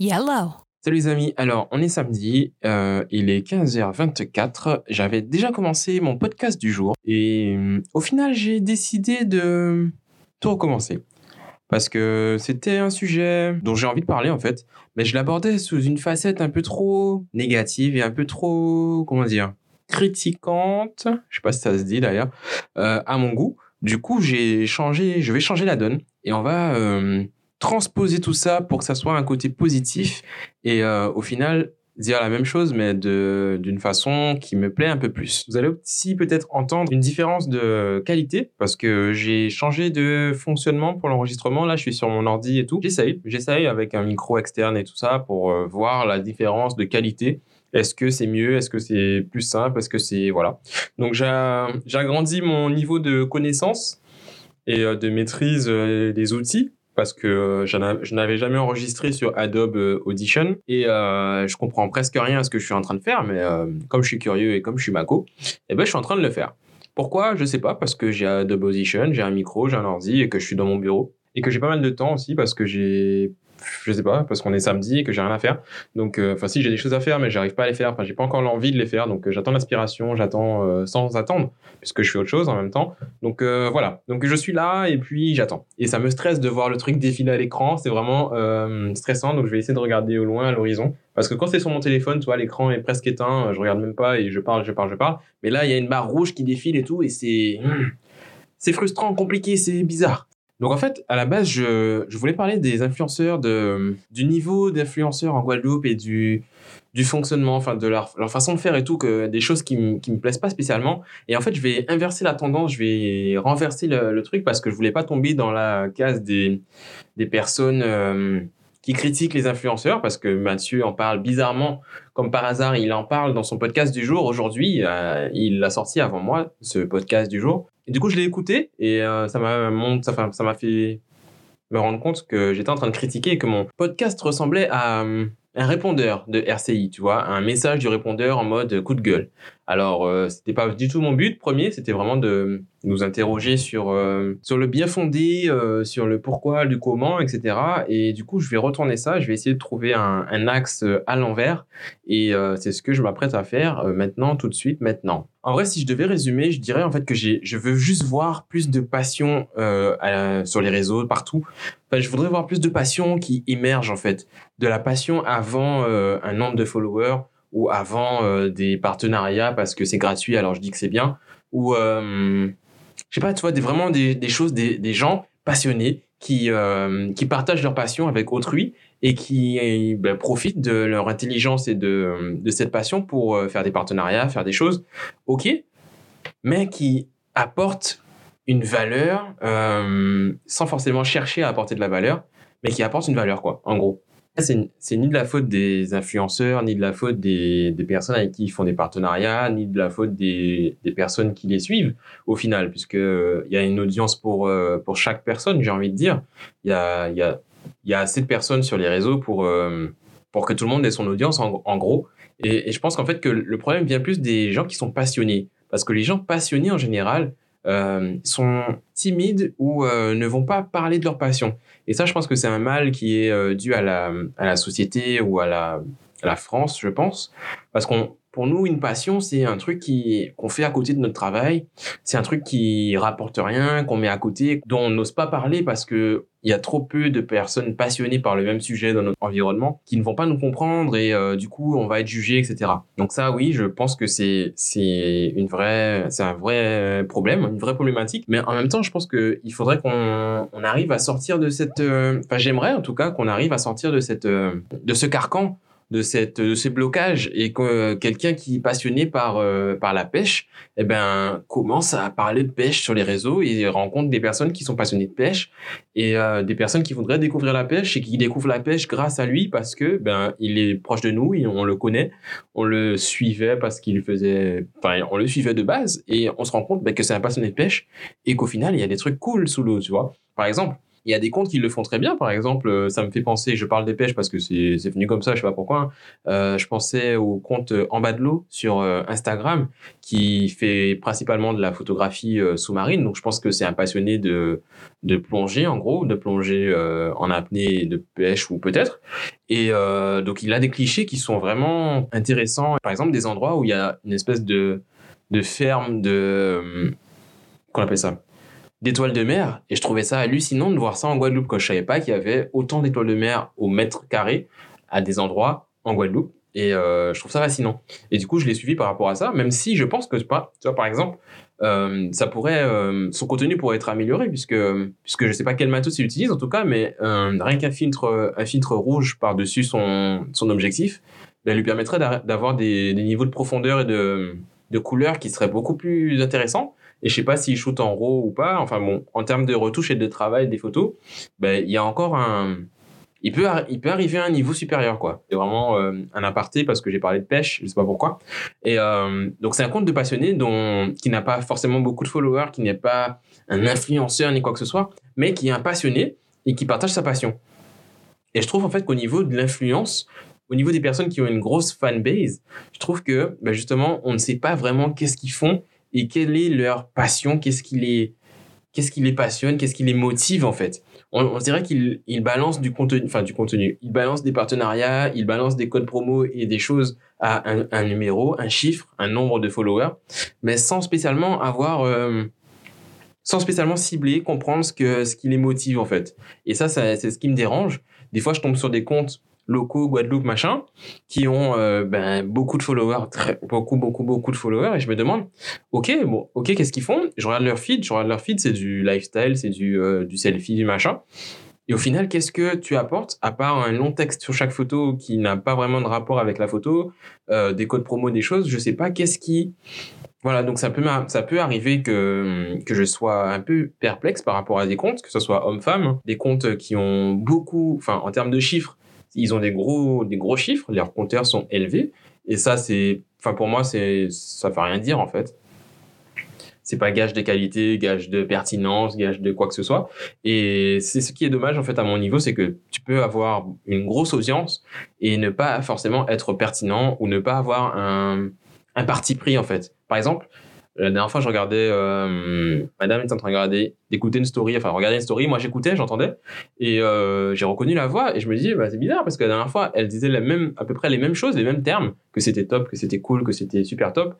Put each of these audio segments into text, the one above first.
Yellow. Salut les amis, alors on est samedi, il est 15h24, j'avais déjà commencé mon podcast du jour et au final j'ai décidé de tout recommencer parce que c'était un sujet dont j'ai envie de parler en fait, mais je l'abordais sous une facette un peu trop négative et un peu trop, comment dire, critiquante, je sais pas si ça se dit d'ailleurs, à mon goût. Du coup je vais changer la donne et on va transposer tout ça pour que ça soit un côté positif et au final dire la même chose mais d'une façon qui me plaît un peu plus. Vous allez aussi peut-être entendre une différence de qualité parce que j'ai changé de fonctionnement pour l'enregistrement. Là, je suis sur mon ordi et tout. J'essaye avec un micro externe et tout ça pour voir la différence de qualité. Est-ce que c'est mieux? Est-ce que c'est plus simple? Est-ce que c'est... Voilà. Donc, j'ai agrandi mon niveau de connaissance et de maîtrise des outils parce que je n'avais jamais enregistré sur Adobe Audition et je comprends presque rien à ce que je suis en train de faire, mais comme je suis curieux et comme je suis maco, eh ben, je suis en train de le faire. Pourquoi? Je sais pas, parce que j'ai Adobe Audition, j'ai un micro, j'ai un ordi et que je suis dans mon bureau et que j'ai pas mal de temps aussi parce que je sais pas, parce qu'on est samedi et que j'ai rien à faire. Donc, enfin, si j'ai des choses à faire, mais j'arrive pas à les faire. Enfin, j'ai pas encore l'envie de les faire. Donc, j'attends l'inspiration, j'attends sans attendre, puisque je fais autre chose en même temps. Donc, voilà. Donc, je suis là et puis j'attends. Et ça me stresse de voir le truc défiler à l'écran. C'est vraiment stressant. Donc, je vais essayer de regarder au loin, à l'horizon. Parce que quand c'est sur mon téléphone, tu vois, l'écran est presque éteint. Je regarde même pas et je parle. Mais là, il y a une barre rouge qui défile et tout. Et c'est frustrant, compliqué, c'est bizarre. Donc en fait, à la base, je voulais parler des influenceurs, du niveau d'influenceurs en Guadeloupe et du fonctionnement, enfin de leur façon de faire et tout, des choses qui me plaisent pas spécialement. Et en fait, je vais inverser la tendance, je vais renverser le truc parce que je voulais pas tomber dans la case des personnes qui critiquent les influenceurs, parce que Mathieu en parle bizarrement, comme par hasard, il en parle dans son podcast du jour aujourd'hui. Il l'a sorti avant moi, ce podcast du jour. Et du coup, je l'ai écouté et ça m'a fait me rendre compte que j'étais en train de critiquer et que mon podcast ressemblait à un répondeur de RCI, tu vois, un message du répondeur en mode coup de gueule. Alors, c'était pas du tout mon but premier, c'était vraiment de nous interroger sur le bien fondé, sur le pourquoi, du comment, etc. Et du coup, je vais retourner ça, je vais essayer de trouver un axe à l'envers et c'est ce que je m'apprête à faire maintenant, tout de suite, maintenant. En vrai, si je devais résumer, je dirais en fait que je veux juste voir plus de passion sur les réseaux, partout. Enfin, je voudrais voir plus de passion qui émerge en fait. De la passion avant un nombre de followers ou avant des partenariats parce que c'est gratuit, alors je dis que c'est bien. Ou, je sais pas, tu vois, vraiment des choses, des gens passionnés qui partagent leur passion avec autrui et qui profitent de leur intelligence et de cette passion pour faire des partenariats, faire des choses, ok, mais qui apportent une valeur sans forcément chercher à apporter de la valeur, mais qui apportent une valeur, quoi, en gros. C'est ni de la faute des influenceurs, ni de la faute des personnes avec qui ils font des partenariats, ni de la faute des personnes qui les suivent, au final, puisque il y a une audience pour chaque personne, j'ai envie de dire. Il y a assez de personnes sur les réseaux pour que tout le monde ait son audience, en gros. Et je pense qu'en fait, que le problème vient plus des gens qui sont passionnés. Parce que les gens passionnés, en général, sont timides ou ne vont pas parler de leur passion. Et ça, je pense que c'est un mal qui est dû à la société ou à la France, je pense. Parce pour nous, une passion, c'est un truc qu'on fait à côté de notre travail. C'est un truc qui rapporte rien, qu'on met à côté, dont on n'ose pas parler parce que il y a trop peu de personnes passionnées par le même sujet dans notre environnement qui ne vont pas nous comprendre et du coup, on va être jugé, etc. Donc ça, oui, je pense que c'est un vrai problème, une vraie problématique. Mais en même temps, je pense qu'il faudrait qu'on arrive à sortir de cette... Enfin, j'aimerais en tout cas qu'on arrive à sortir de ce carcan, de ces blocages et que quelqu'un qui est passionné par la pêche, eh ben, commence à parler de pêche sur les réseaux et rencontre des personnes qui sont passionnées de pêche et des personnes qui voudraient découvrir la pêche et qui découvrent la pêche grâce à lui parce que ben il est proche de nous et on le connaît, on le suivait parce on le suivait de base et on se rend compte que c'est un passionné de pêche et qu'au final il y a des trucs cool sous l'eau, tu vois. Par exemple, Il y a des comptes qui le font très bien. Par exemple, ça me fait penser, je parle des pêches parce que c'est venu comme ça, je sais pas pourquoi, hein. Je pensais au compte En bas de l'eau sur Instagram qui fait principalement de la photographie sous-marine. Donc, je pense que c'est un passionné de plongée, en gros, de plongée en apnée, de pêche ou peut-être. Et donc, il a des clichés qui sont vraiment intéressants. Par exemple, des endroits où il y a une espèce de ferme qu'on appelle ça? D'étoiles de mer. Et je trouvais ça hallucinant de voir ça en Guadeloupe, quand je savais pas qu'il y avait autant d'étoiles de mer au mètre carré à des endroits en Guadeloupe. Et je trouve ça fascinant. Et du coup, je l'ai suivi par rapport à ça, même si je pense que, tu vois, par exemple, ça pourrait, son contenu pourrait être amélioré, puisque je sais pas quel matos il utilise en tout cas, mais rien qu'un un filtre rouge par-dessus son objectif, ben, lui permettrait d'avoir des niveaux de profondeur et de couleur qui seraient beaucoup plus intéressants. Et je sais pas s'il shoot en RAW ou pas. Enfin bon, en termes de retouche et de travail des photos, ben, il y a encore il peut arriver à un niveau supérieur, quoi. C'est vraiment un aparté parce que j'ai parlé de pêche, je sais pas pourquoi. Et donc c'est un compte de passionné qui n'a pas forcément beaucoup de followers, qui n'est pas un influenceur ni quoi que ce soit, mais qui est un passionné et qui partage sa passion. Et je trouve en fait qu'au niveau de l'influence, au niveau des personnes qui ont une grosse fanbase, je trouve que ben justement, on ne sait pas vraiment qu'est-ce qu'ils font et quelle est leur passion, qu'est-ce qui les passionne, qu'est-ce qui les motive en fait. On dirait qu'ils balancent du contenu. Ils balancent des partenariats, ils balancent des codes promo et des choses à un numéro, un chiffre, un nombre de followers, mais sans spécialement cibler, comprendre ce qui les motive en fait. Et ça c'est ce qui me dérange. Des fois, je tombe sur des comptes locaux, Guadeloupe, machin, qui ont ben, beaucoup de followers, beaucoup de followers, et je me demande, ok, qu'est-ce qu'ils font? Je regarde leur feed, c'est du lifestyle, c'est du selfie, du machin. Et au final, qu'est-ce que tu apportes, à part un long texte sur chaque photo qui n'a pas vraiment de rapport avec la photo, des codes promo, des choses, je sais pas qu'est-ce qui... Voilà, donc ça peut arriver que je sois un peu perplexe par rapport à des comptes, que ce soit homme-femme, des comptes qui ont beaucoup, enfin, en termes de chiffres, ils ont des gros chiffres, leurs compteurs sont élevés, et ça, enfin, pour moi, ça veut rien dire, en fait. C'est pas gage de qualité, gage de pertinence, gage de quoi que ce soit. Et c'est ce qui est dommage, en fait, à mon niveau, c'est que tu peux avoir une grosse audience et ne pas forcément être pertinent ou ne pas avoir un parti pris, en fait. Par exemple, la dernière fois, je regardais, madame était en train d'écouter une story, enfin, regarder une story. Moi, j'écoutais, j'entendais, et j'ai reconnu la voix, et je me dis, bah, c'est bizarre, parce que la dernière fois, elle disait à peu près les mêmes choses, les mêmes termes, que c'était top, que c'était cool, que c'était super top,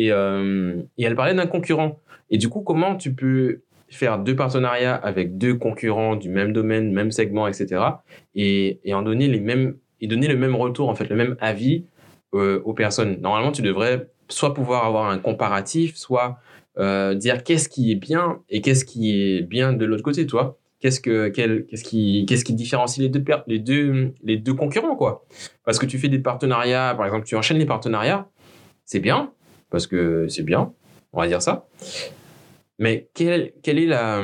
et elle parlait d'un concurrent. Et du coup, comment tu peux faire deux partenariats avec deux concurrents du même domaine, même segment, etc., et en donner et donner le même retour, en fait, le même avis aux personnes. Normalement, tu devrais soit pouvoir avoir un comparatif, soit dire qu'est-ce qui est bien et qu'est-ce qui est bien de l'autre côté, toi. Qu'est-ce qui différencie les deux concurrents, quoi. Parce que tu fais des partenariats, par exemple, tu enchaînes les partenariats, c'est bien, parce que c'est bien, on va dire ça. Mais quelle est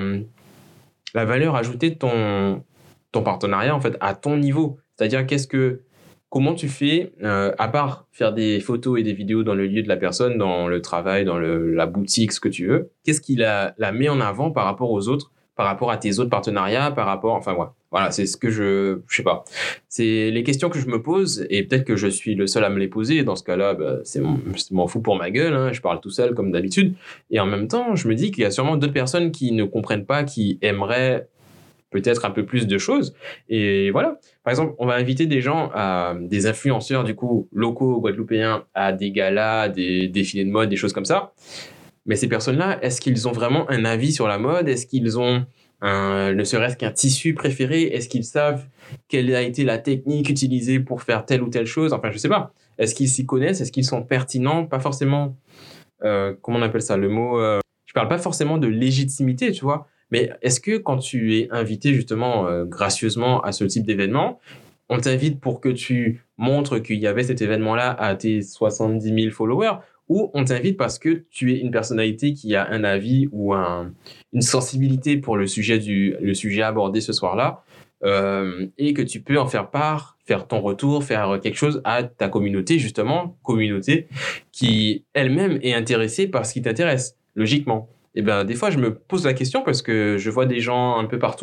la valeur ajoutée de ton partenariat, en fait, à ton niveau? C'est-à-dire, comment tu fais, à part faire des photos et des vidéos dans le lieu de la personne, dans le travail, dans la boutique, ce que tu veux, qu'est-ce qui la met en avant par rapport aux autres, par rapport à tes autres partenariats, enfin, ouais. Voilà, c'est ce que je sais pas. C'est les questions que je me pose, et peut-être que je suis le seul à me les poser. Dans ce cas-là, bah, c'est m'en fous pour ma gueule, hein, je parle tout seul comme d'habitude. Et en même temps, je me dis qu'il y a sûrement d'autres personnes qui ne comprennent pas, qui aimeraient peut-être un peu plus de choses. Et voilà. Par exemple, on va inviter des influenceurs, du coup, locaux, guadeloupéens, à des galas, des défilés de mode, des choses comme ça. Mais ces personnes-là, est-ce qu'ils ont vraiment un avis sur la mode? Est-ce qu'ils ont ne serait-ce qu'un tissu préféré? Est-ce qu'ils savent quelle a été la technique utilisée pour faire telle ou telle chose? Enfin, je sais pas. Est-ce qu'ils s'y connaissent? Est-ce qu'ils sont pertinents? Pas forcément, comment on appelle ça? Le mot, je parle pas forcément de légitimité, tu vois. Mais est-ce que quand tu es invité justement gracieusement à ce type d'événement, on t'invite pour que tu montres qu'il y avait cet événement-là à tes 70 000 followers, ou on t'invite parce que tu es une personnalité qui a un avis ou une sensibilité pour le sujet abordé ce soir-là, et que tu peux en faire part, faire ton retour, faire quelque chose à ta communauté, justement, communauté qui elle-même est intéressée par ce qui t'intéresse, logiquement. Et ben, des fois, je me pose la question parce que je vois des gens un peu partout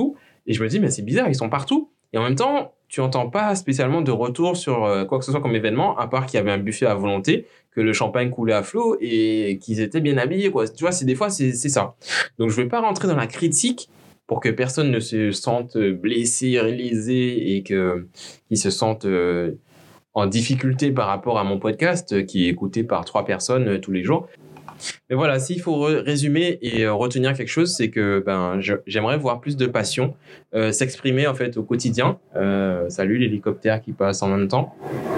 Et je me dis, mais c'est bizarre, ils sont partout. Et en même temps, tu n'entends pas spécialement de retour sur quoi que ce soit comme événement, à part qu'il y avait un buffet à volonté, que le champagne coulait à flot et qu'ils étaient bien habillés, quoi. Tu vois, des fois, c'est ça. Donc, je ne vais pas rentrer dans la critique pour que personne ne se sente blessé, réalisé et qu'il se sente en difficulté par rapport à mon podcast qui est écouté par 3 personnes tous les jours. Mais voilà, s'il faut résumer et retenir quelque chose, c'est que j'aimerais voir plus de passion s'exprimer en fait au quotidien. Salut l'hélicoptère qui passe en même temps.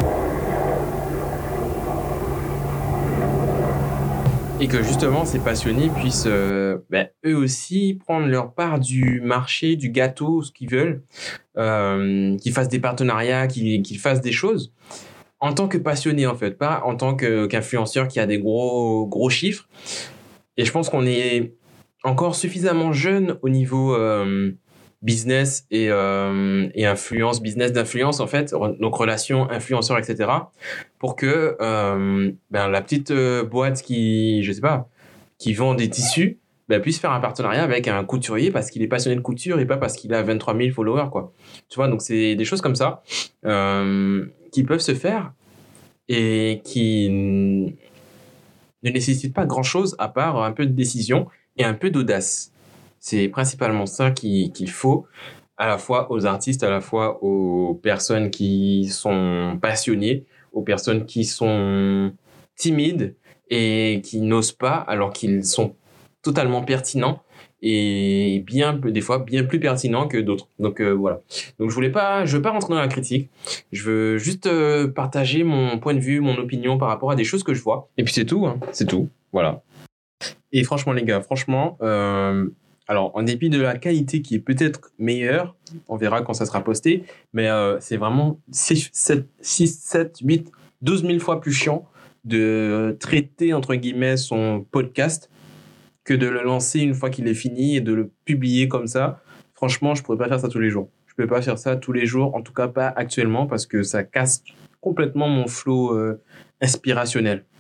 Et que justement ces passionnés puissent eux aussi prendre leur part du marché, du gâteau, ce qu'ils veulent, qu'ils fassent des partenariats, qu'ils fassent des choses en tant que passionné en fait, pas en tant qu'influenceur qui a des gros chiffres. Et je pense qu'on est encore suffisamment jeune au niveau business et influence, business d'influence en fait, donc relations influenceurs, etc. pour que la petite boîte je sais pas, qui vend des tissus puisse faire un partenariat avec un couturier parce qu'il est passionné de couture et pas parce qu'il a 23 000 followers, quoi. Tu vois, donc c'est des choses comme ça qui peuvent se faire et qui ne nécessitent pas grand-chose à part un peu de décision et un peu d'audace. C'est principalement ça qu'il faut, à la fois aux artistes, à la fois aux personnes qui sont passionnées, aux personnes qui sont timides et qui n'osent pas alors qu'ils sont totalement pertinents et des fois bien plus pertinents que d'autres. Donc voilà. Donc je veux pas rentrer dans la critique. Je veux juste partager mon point de vue, mon opinion par rapport à des choses que je vois. Et puis c'est tout, hein. C'est tout. Voilà. Et franchement les gars, alors, en dépit de la qualité qui est peut-être meilleure, on verra quand ça sera posté, mais c'est vraiment 6, 7, 8, 12 000 fois plus chiant de traiter, entre guillemets, son podcast que de le lancer une fois qu'il est fini et de le publier comme ça. Franchement, je ne pourrais pas faire ça tous les jours. Je ne peux pas faire ça tous les jours, en tout cas pas actuellement, parce que ça casse complètement mon flow inspirationnel.